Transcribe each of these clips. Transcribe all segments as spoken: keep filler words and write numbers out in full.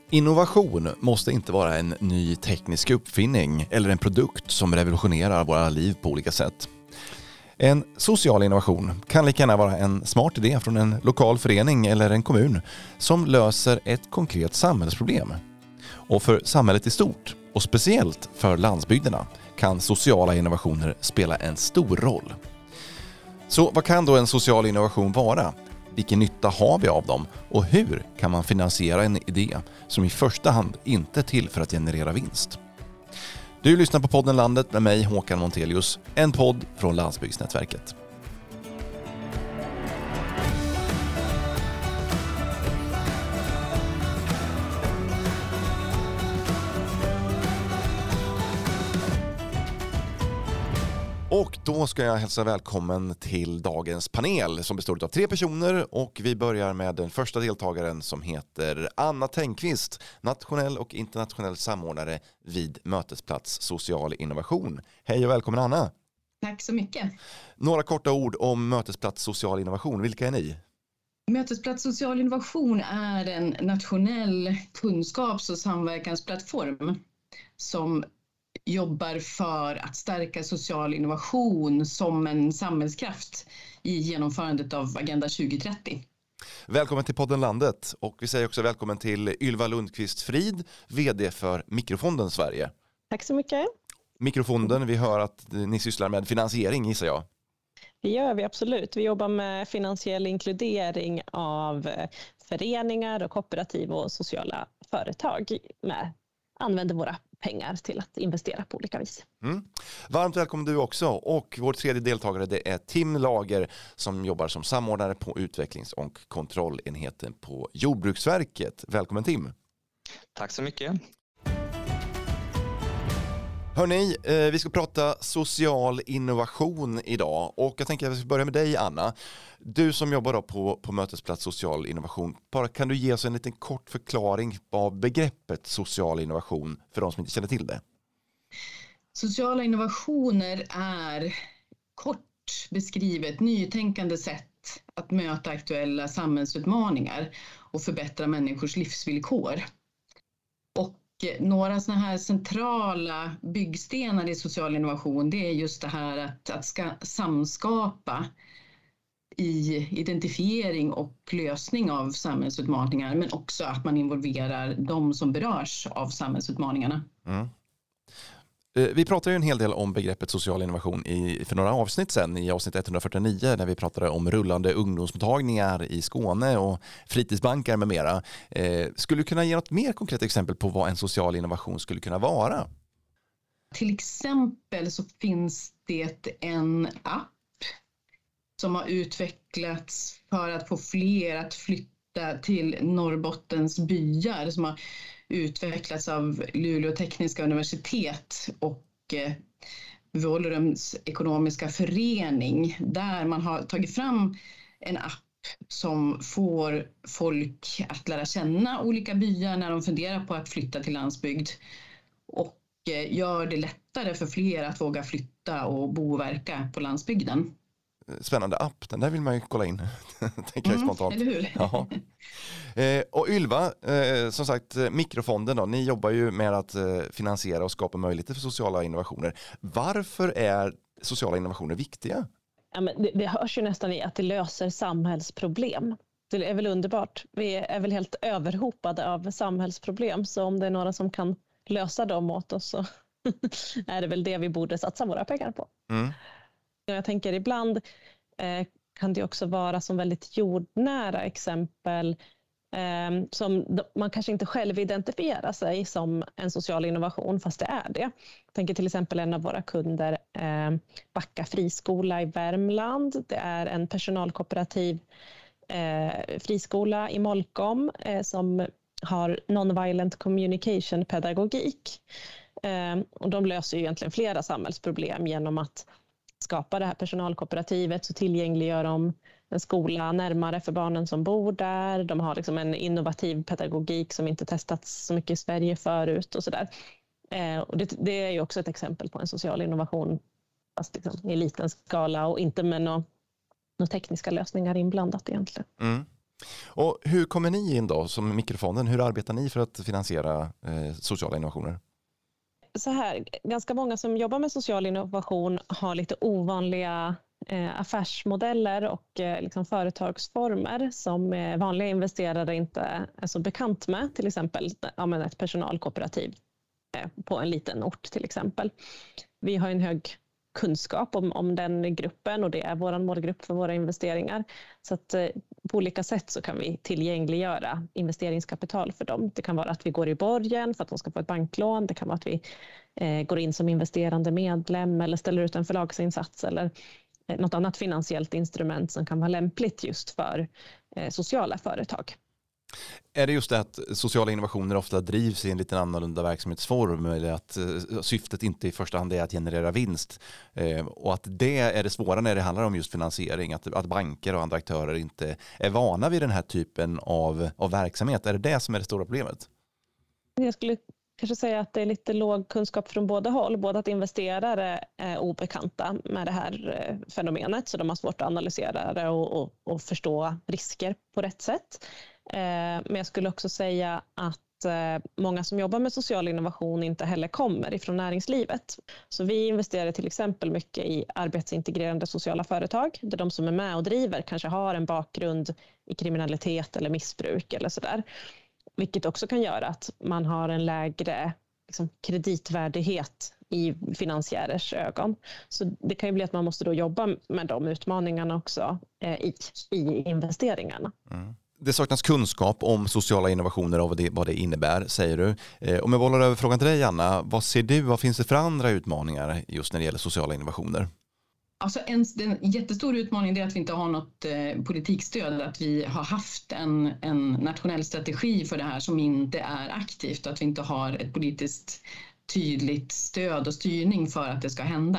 Innovation måste inte vara en ny teknisk uppfinning eller en produkt som revolutionerar våra liv på olika sätt. En social innovation kan lika gärna vara en smart idé från en lokal förening eller en kommun som löser ett konkret samhällsproblem. Och för samhället i stort, och speciellt för landsbygderna, kan sociala innovationer spela en stor roll. Så vad kan då en social innovation vara? Vilken nytta har vi av dem? Och hur kan man finansiera en idé som i första hand inte är till för att generera vinst? Du lyssnar på podden Landet med mig, Håkan Montelius, en podd från Landsbygdsnätverket. Och då ska jag hälsa välkommen till dagens panel som består av tre personer, och vi börjar med den första deltagaren som heter Anna Tengqvist, nationell och internationell samordnare vid Mötesplats Social Innovation. Hej och välkommen Anna. Tack så mycket. Några korta ord om Mötesplats Social Innovation. Vilka är ni? Mötesplats Social Innovation är en nationell kunskaps- och samverkansplattform som jobbar för att stärka social innovation som en samhällskraft i genomförandet av Agenda tjugo trettio. Välkommen till podden Landet, och vi säger också välkommen till Ylva Lundqvist Frid, vd för Mikrofonden Sverige. Tack så mycket. Mikrofonden, vi hör att ni sysslar med finansiering, gissar jag. Det gör vi absolut. Vi jobbar med finansiell inkludering av föreningar och kooperativ och sociala företag med använder våra pengar till att investera på olika vis. Mm. Varmt välkommen du också, och vår tredje deltagare det är Tim Lager som jobbar som samordnare på utvecklings- och kontrollenheten på Jordbruksverket. Välkommen Tim. Tack så mycket. Hörrni, eh, vi ska prata social innovation idag, och jag tänker att vi ska börja med dig Anna. Du som jobbar då på, på Mötesplats Social Innovation, bara kan du ge oss en liten kort förklaring av begreppet social innovation för de som inte känner till det? Sociala innovationer är kort beskrivet nytänkande sätt att möta aktuella samhällsutmaningar och förbättra människors livsvillkor. Och några sådana här centrala byggstenar i social innovation, det är just det här att, att ska samskapa i identifiering och lösning av samhällsutmaningar, men också att man involverar de som berörs av samhällsutmaningarna. Mm. Vi pratade ju en hel del om begreppet social innovation i, för några avsnitt sedan, i avsnitt etthundrafyrtionio, när vi pratade om rullande ungdomsmottagningar i Skåne och fritidsbankar med mera. Eh, skulle du kunna ge något mer konkret exempel på vad en social innovation skulle kunna vara? Till exempel så finns det en app som har utvecklats för att få fler att flytta till Norrbottens byar, som har utvecklats av Luleå tekniska universitet och eh, Volrums ekonomiska förening, där man har tagit fram en app som får folk att lära känna olika byar när de funderar på att flytta till landsbygd, och eh, gör det lättare för fler att våga flytta och bo och verka på landsbygden. Spännande app, den där vill man ju kolla in, tänker jag spontant. Mm, eller hur? Ja. Eh, och Ylva, eh, som sagt, Mikrofonden då, ni jobbar ju med att eh, finansiera och skapa möjligheter för sociala innovationer. Varför är sociala innovationer viktiga? Ja, men det, det hörs ju nästan i att det löser samhällsproblem. Det är väl underbart. Vi är väl helt överhopade av samhällsproblem, så om det är några som kan lösa dem åt oss så är det väl det vi borde satsa våra pengar på. Mm. Jag tänker ibland eh, kan det också vara som väldigt jordnära exempel eh, som man kanske inte själv identifierar sig som en social innovation, fast det är det. Jag tänker till exempel en av våra kunder, eh, Backa friskola i Värmland. Det är en personalkooperativ eh, friskola i Molkom eh, som har non-violent communication pedagogik. Eh, och de löser ju egentligen flera samhällsproblem genom att skapa det här personalkooperativet, så tillgängliggör de en skola närmare för barnen som bor där. De har liksom en innovativ pedagogik som inte testats så mycket i Sverige förut och sådär. Eh, och det, det är ju också ett exempel på en social innovation, fast liksom i liten skala och inte med några några tekniska lösningar inblandat egentligen. Mm. Och hur kommer ni in då som Mikrofonden? Hur arbetar ni för att finansiera eh, sociala innovationer? Så här, ganska många som jobbar med social innovation har lite ovanliga eh, affärsmodeller och eh, liksom företagsformer som eh, vanliga investerare inte är så bekant med. Till exempel ja, men ett personalkooperativ eh, på en liten ort till exempel. Vi har en hög kunskap om, om den gruppen och det är vår målgrupp för våra investeringar. Så att eh, på olika sätt så kan vi tillgängliggöra investeringskapital för dem. Det kan vara att vi går i borgen för att de ska få ett banklån. Det kan vara att vi eh, går in som investerande medlem eller ställer ut en förlagsinsats eller eh, något annat finansiellt instrument som kan vara lämpligt just för eh, sociala företag. Är det just det att sociala innovationer ofta drivs i en lite annorlunda verksamhetsform eller att syftet inte i första hand är att generera vinst och att det är det svåra när det handlar om just finansiering, att, att banker och andra aktörer inte är vana vid den här typen av, av verksamhet? Är det det som är det stora problemet? Jag skulle kanske säga att det är lite låg kunskap från båda håll. Både att investerare är obekanta med det här fenomenet så de har svårt att analysera det och, och, och förstå risker på rätt sätt. Men jag skulle också säga att många som jobbar med social innovation inte heller kommer ifrån näringslivet. Så vi investerar till exempel mycket i arbetsintegrerande sociala företag där de som är med och driver kanske har en bakgrund i kriminalitet eller missbruk eller sådär. Vilket också kan göra att man har en lägre liksom, kreditvärdighet i finansiärers ögon. Så det kan ju bli att man måste då jobba med de utmaningarna också eh, i, i investeringarna. Mm. Det saknas kunskap om sociala innovationer och vad det, vad det innebär, säger du. Eh, om jag bollar över frågan till dig, Anna, vad ser du, vad finns det för andra utmaningar just när det gäller sociala innovationer? Alltså en, en jättestor utmaning är att vi inte har något eh, politikstöd, att vi har haft en, en nationell strategi för det här som inte är aktivt, att vi inte har ett politiskt tydligt stöd och styrning för att det ska hända.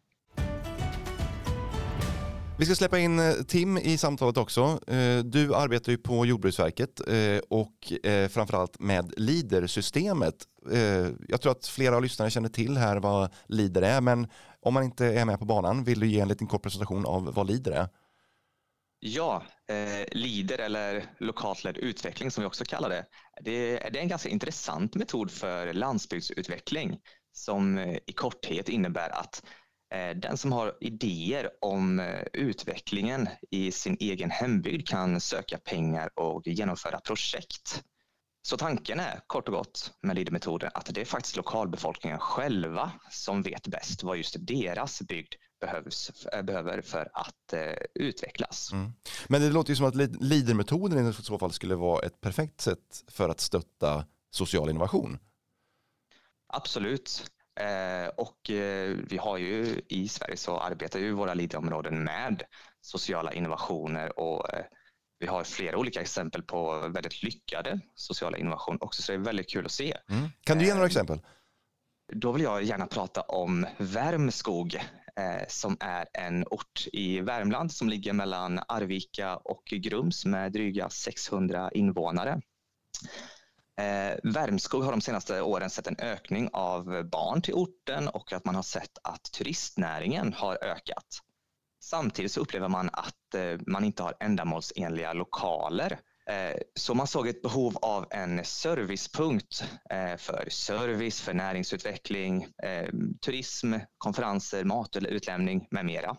Vi ska släppa in Tim i samtalet också. Du arbetar ju på Jordbruksverket och framförallt med Leader-systemet. Jag tror att flera av lyssnarna känner till här vad Leader är, men om man inte är med på banan, vill du ge en liten kort presentation av vad Leader är? Ja, eh, Leader eller lokalt ledd utveckling som vi också kallar det. Det, det är en ganska intressant metod för landsbygdsutveckling som eh, i korthet innebär att den som har idéer om utvecklingen i sin egen hembygd kan söka pengar och genomföra projekt. Så tanken är kort och gott med Leader-metoden att det är faktiskt lokalbefolkningen själva som vet bäst vad just deras bygd behövs, behöver för att eh, utvecklas. Mm. Men det låter ju som att Leader-metoden i så fall skulle vara ett perfekt sätt för att stötta social innovation. Absolut. Eh, och eh, vi har ju i Sverige så arbetar ju våra Leader-områden med sociala innovationer och eh, vi har flera olika exempel på väldigt lyckade sociala innovationer också, så det är väldigt kul att se. Mm. Kan du ge några exempel? Då vill jag gärna prata om Värmskog eh, som är en ort i Värmland som ligger mellan Arvika och Grums med dryga sexhundra invånare. Eh, Värmskog har de senaste åren sett en ökning av barn till orten och att man har sett att turistnäringen har ökat. Samtidigt så upplever man att eh, man inte har ändamålsenliga lokaler. Eh, så man såg ett behov av en servicepunkt eh, för service, för näringsutveckling, eh, turism, konferenser, mat eller utlämning med mera.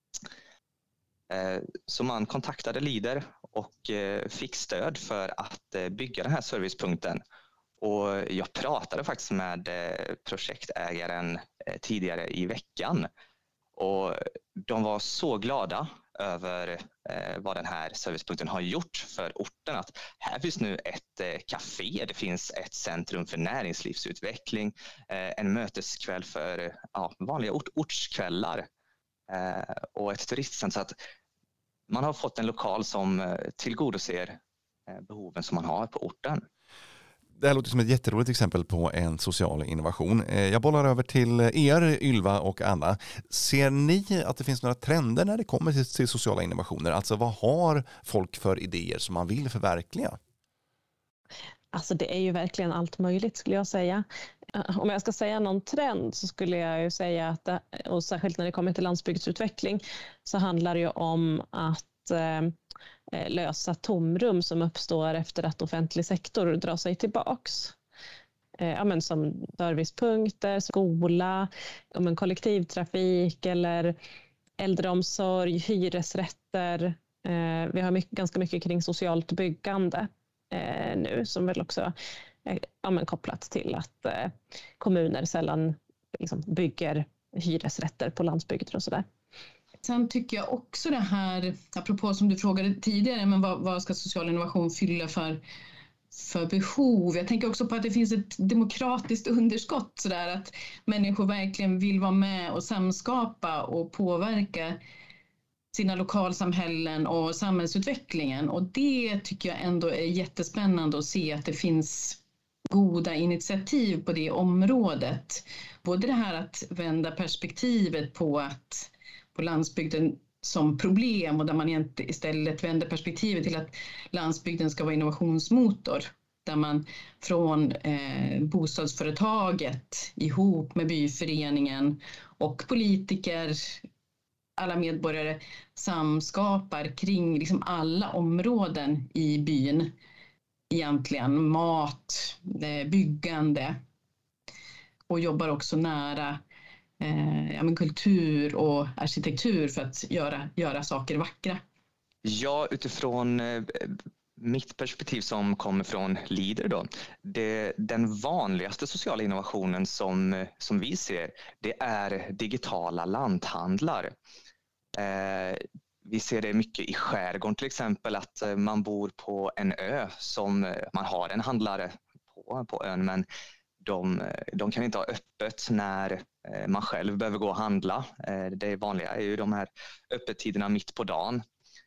Eh, så man kontaktade Leader och eh, fick stöd för att eh, bygga den här servicepunkten. Och jag pratade faktiskt med eh, projektägaren eh, tidigare i veckan. Och de var så glada över eh, vad den här servicepunkten har gjort för orten. Att här finns nu ett eh, café, det finns ett centrum för näringslivsutveckling, eh, en möteskväll för ja, vanliga ort, ortskvällar eh, och ett turistcentrum. Så att man har fått en lokal som eh, tillgodoser eh, behoven som man har på orten. Det här låter som ett jätteroligt exempel på en social innovation. Jag bollar över till er, Ylva och Anna. Ser ni att det finns några trender när det kommer till, till sociala innovationer? Alltså vad har folk för idéer som man vill förverkliga? Alltså det är ju verkligen allt möjligt skulle jag säga. Om jag ska säga någon trend så skulle jag ju säga att, och särskilt när det kommer till landsbygdsutveckling, så handlar det ju om att eh, lösa tomrum som uppstår efter att offentlig sektor drar sig tillbaks. Eh, ja, men som servicepunkter, skola, ja, men kollektivtrafik eller äldreomsorg, hyresrätter. Eh, vi har mycket, ganska mycket kring socialt byggande eh, nu som väl också är ja, men kopplat till att eh, kommuner sällan liksom, bygger hyresrätter på landsbygden och sådär. Sen tycker jag också det här, apropå som du frågade tidigare, men vad, vad ska social innovation fylla för, för behov? Jag tänker också på att det finns ett demokratiskt underskott, så där att människor verkligen vill vara med och samskapa och påverka sina lokalsamhällen och samhällsutvecklingen. Och det tycker jag ändå är jättespännande att se att det finns goda initiativ på det området. Både det här att vända perspektivet på att på landsbygden som problem, och där man istället vänder perspektivet till att landsbygden ska vara innovationsmotor. Där man från eh, bostadsföretaget ihop med byföreningen och politiker, alla medborgare samskapar kring liksom alla områden i byn. Egentligen mat, byggande, och jobbar också nära eh, ja, men kultur och arkitektur för att göra, göra saker vackra. Ja, utifrån eh, mitt perspektiv som kommer från Leader då, det, den vanligaste sociala innovationen som, som vi ser, det är digitala lanthandlar. Eh, Vi ser det mycket i skärgården till exempel, att man bor på en ö som man har en handlare på, på ön, men de, de kan inte ha öppet när man själv behöver gå och handla. Det vanliga är ju de här öppettiderna mitt på dagen.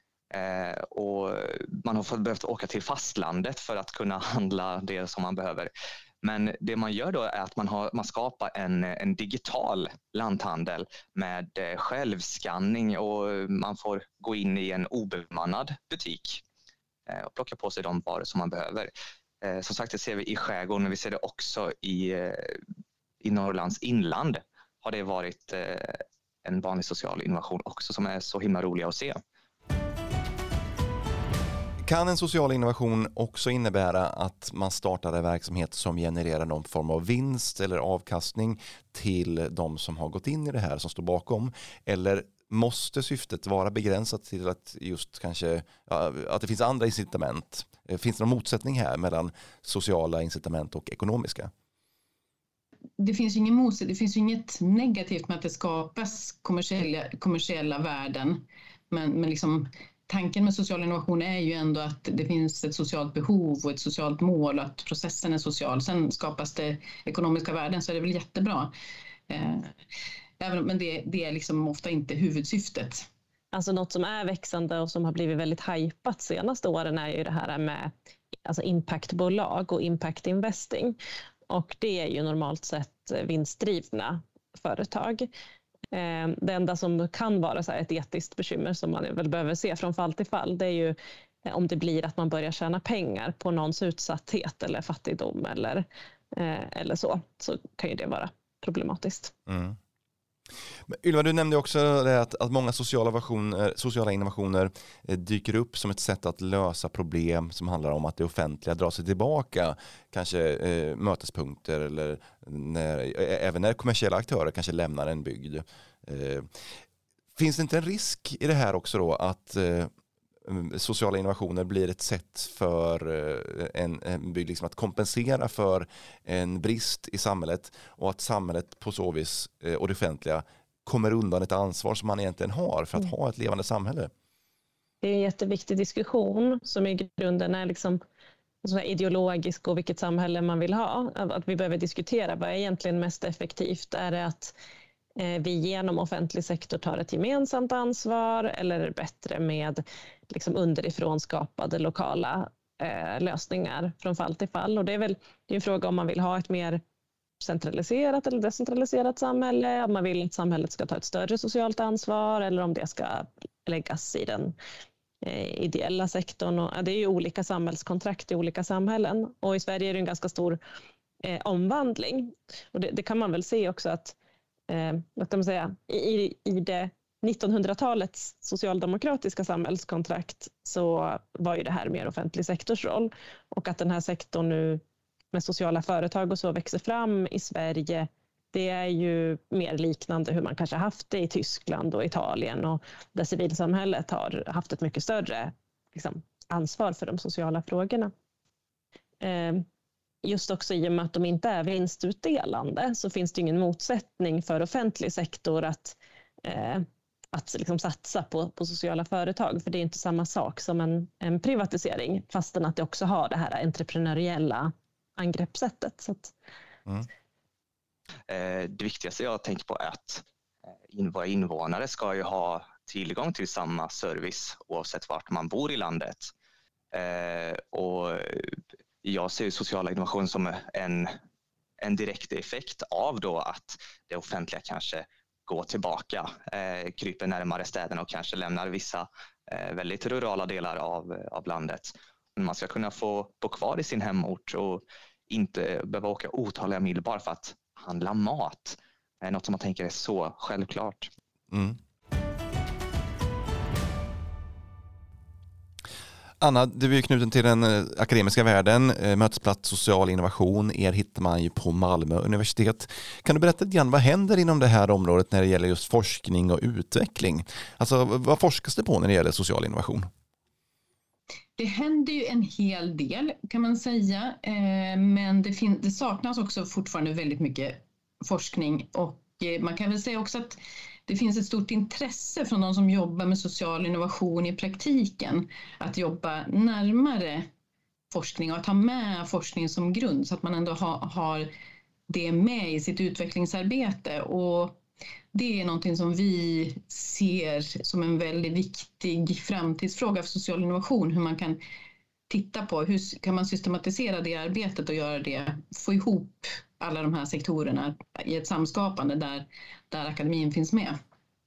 Och man har behövt åka till fastlandet för att kunna handla det som man behöver. Men det man gör då är att man, har, man skapar en, en digital lanthandel med självskanning, och man får gå in i en obemannad butik och plocka på sig de varor som man behöver. Som sagt, det ser vi i skärgården, men vi ser det också i, i Norrlands inland. Har det varit en vanlig social innovation också som är så himla rolig att se. Kan en social innovation också innebära att man startar en verksamhet som genererar någon form av vinst eller avkastning till de som har gått in i det här, som står bakom? Eller måste syftet vara begränsat till att just kanske ja, att det finns andra incitament? Finns det någon motsättning här mellan sociala incitament och ekonomiska? Det finns ju ingen motsättning, det finns ju inget negativt med att det skapas kommersiella, kommersiella värden, men, men liksom tanken med social innovation är ju ändå att det finns ett socialt behov och ett socialt mål och att processen är social. Sen skapas det ekonomiska värden, så är det väl jättebra. Eh, även, men det, det är liksom ofta inte huvudsyftet. Alltså något som är växande och som har blivit väldigt hypat senaste åren är ju det här med alltså impactbolag och impact investing. Och det är ju normalt sett vinstdrivna företag. Det enda som kan vara så här ett etiskt bekymmer som man väl behöver se från fall till fall, det är ju om det blir att man börjar tjäna pengar på någons utsatthet eller fattigdom eller, eller så, så kan ju det vara problematiskt. Mm. Men Ylva, du nämnde också det att, att många sociala, versioner, sociala innovationer eh, dyker upp som ett sätt att lösa problem som handlar om att det offentliga drar sig tillbaka, kanske eh, mötespunkter eller när, eh, även när kommersiella aktörer kanske lämnar en bygd. Eh, finns det inte en risk i det här också då att eh, sociala innovationer blir ett sätt för en, en bygd liksom att kompensera för en brist i samhället, och att samhället på så vis och det offentliga kommer undan ett ansvar som man egentligen har för att ha ett levande samhälle? Det är en jätteviktig diskussion som i grunden är liksom så här ideologisk, och vilket samhälle man vill ha. Att vi behöver diskutera vad är egentligen mest effektivt. Är det att vi genom offentlig sektor tar ett gemensamt ansvar, eller är det bättre med liksom underifrån skapade lokala eh, lösningar från fall till fall? Och det är väl det är en fråga om man vill ha ett mer centraliserat eller decentraliserat samhälle, om man vill att samhället ska ta ett större socialt ansvar, eller om det ska läggas i den eh, ideella sektorn. Och, ja, det är ju olika samhällskontrakt i olika samhällen, och i Sverige är det en ganska stor eh, omvandling. Och det, det kan man väl se också att Eh, vad kan man säga, i, i det nittonhundratalets socialdemokratiska samhällskontrakt så var ju det här mer offentlig sektors roll. Och att den här sektorn nu med sociala företag och så växer fram i Sverige, det är ju mer liknande hur man kanske haft det i Tyskland och Italien, och där civilsamhället har haft ett mycket större liksom, ansvar för de sociala frågorna. Eh, just också i och med att de inte är vinstutdelande så finns det ingen motsättning för offentlig sektor att, eh, att liksom satsa på, på sociala företag, för det är inte samma sak som en, en privatisering, fastän att det också har det här entreprenöriella angreppssättet. Så att... mm. Det viktigaste jag tänker på är att våra invånare ska ju ha tillgång till samma service oavsett vart man bor i landet. Och jag ser social innovation som en, en direkt effekt av då att det offentliga kanske går tillbaka, kryper närmare städerna och kanske lämnar vissa väldigt rurala delar av, av landet. Men man ska kunna få bo kvar i sin hemort och inte behöva åka otaliga mil bara för att handla mat. Är något som man tänker är så självklart. Mm. Anna, du är knuten till den akademiska världen, mötesplats social innovation. Er hittar man ju på Malmö universitet. Kan du berätta lite grann, vad händer inom det här området när det gäller just forskning och utveckling? Alltså, vad forskas det på när det gäller social innovation? Det händer ju en hel del kan man säga, men det, fin- det saknas också fortfarande väldigt mycket forskning, och man kan väl säga också att det finns ett stort intresse från de som jobbar med social innovation i praktiken att jobba närmare forskning och att ha med forskning som grund, så att man ändå ha, har det med i sitt utvecklingsarbete. Och det är någonting som vi ser som en väldigt viktig framtidsfråga för social innovation, hur man kan titta på hur kan man systematisera det arbetet och göra det, få ihop alla de här sektorerna i ett samskapande där, där akademin finns med.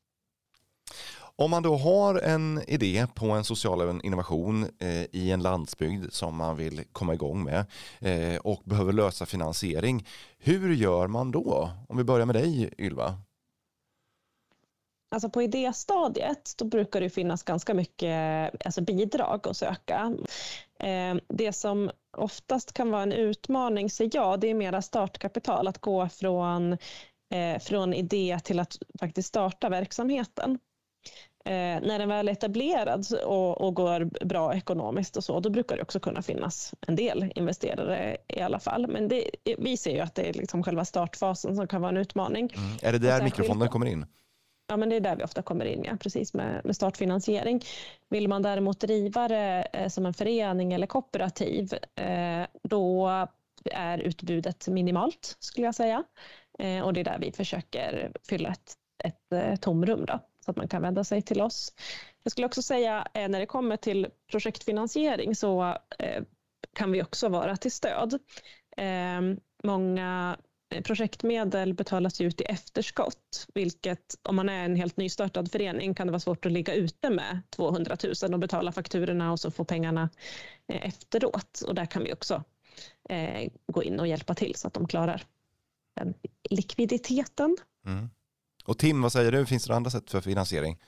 Om man då har en idé på en social innovation eh, i en landsbygd som man vill komma igång med eh, och behöver lösa finansiering, hur gör man då? Om vi börjar med dig, Ylva. Alltså på idéstadiet då brukar det finnas ganska mycket alltså bidrag att söka. Eh, det som oftast kan vara en utmaning, så ja, det är mera startkapital, att gå från, eh, från idé till att faktiskt starta verksamheten. Eh, när den väl är etablerad och, och går bra ekonomiskt och så, då brukar det också kunna finnas en del investerare i alla fall. Men det, vi ser ju att det är liksom själva startfasen som kan vara en utmaning. Mm. Är det där mikrofonden kommer in? Ja, men det är där vi ofta kommer in, ja, precis med, med startfinansiering. Vill man däremot driva det eh, som en förening eller kooperativ, eh, då är utbudet minimalt, skulle jag säga. Eh, och det är där vi försöker fylla ett, ett eh, tomrum då, så att man kan vända sig till oss. Jag skulle också säga eh, när det kommer till projektfinansiering så eh, kan vi också vara till stöd. Eh, många projektmedel betalas ut i efterskott, vilket om man är en helt nystartad förening kan det vara svårt att ligga ute med tvåhundratusen och betala fakturorna och så få pengarna efteråt. Och där kan vi också eh, gå in och hjälpa till så att de klarar den likviditeten. Mm. Och Tim, vad säger du? Finns det andra sätt för finansiering?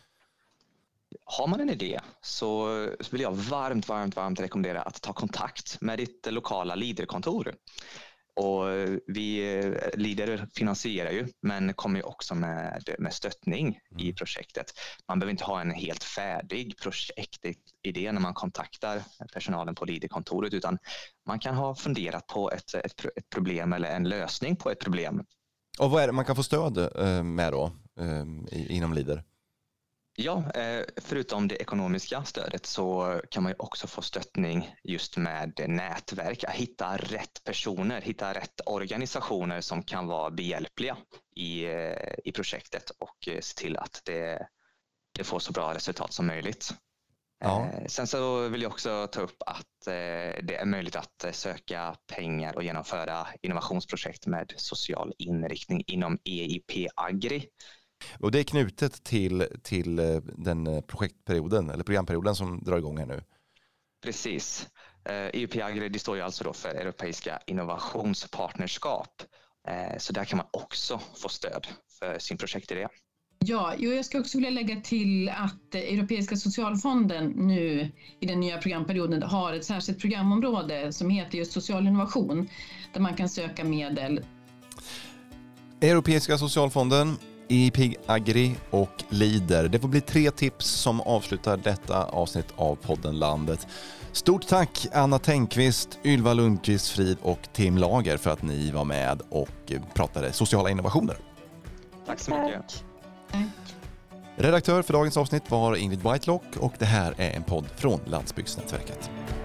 Har man en idé så vill jag varmt, varmt, varmt rekommendera att ta kontakt med ditt lokala Leader-kontor. Och vi Leader finansierar ju, men kommer ju också med, med stöttning mm. i projektet. Man behöver inte ha en helt färdig projektidé när man kontaktar personalen på Leader-kontoret, utan man kan ha funderat på ett, ett, ett problem eller en lösning på ett problem. Och vad är det man kan få stöd med då inom Leader? Ja, förutom det ekonomiska stödet så kan man ju också få stöttning just med nätverk. Att hitta rätt personer, hitta rätt organisationer som kan vara behjälpliga i, i projektet och se till att det, det får så bra resultat som möjligt. Ja. Sen så vill jag också ta upp att det är möjligt att söka pengar och genomföra innovationsprojekt med social inriktning inom E I P Agri. Och det är knutet till, till den projektperioden eller programperioden som drar igång här nu. Precis. E I P Agri, det står ju alltså då för Europeiska innovationspartnerskap. Så där kan man också få stöd för sin projektidé. Ja, jo, jag ska också vilja lägga till att Europeiska socialfonden nu i den nya programperioden har ett särskilt programområde som heter just social innovation, där man kan söka medel. Europeiska socialfonden, I P I G Agri och Leader. Det får bli tre tips som avslutar detta avsnitt av podden Landet. Stort tack Anna Tengqvist, Ylva Lundqvist Frid och Tim Lager för att ni var med och pratade sociala innovationer. Tack så mycket. Tack. Redaktör för dagens avsnitt var Ingrid Whitelock och det här är en podd från Landsbygdsnätverket.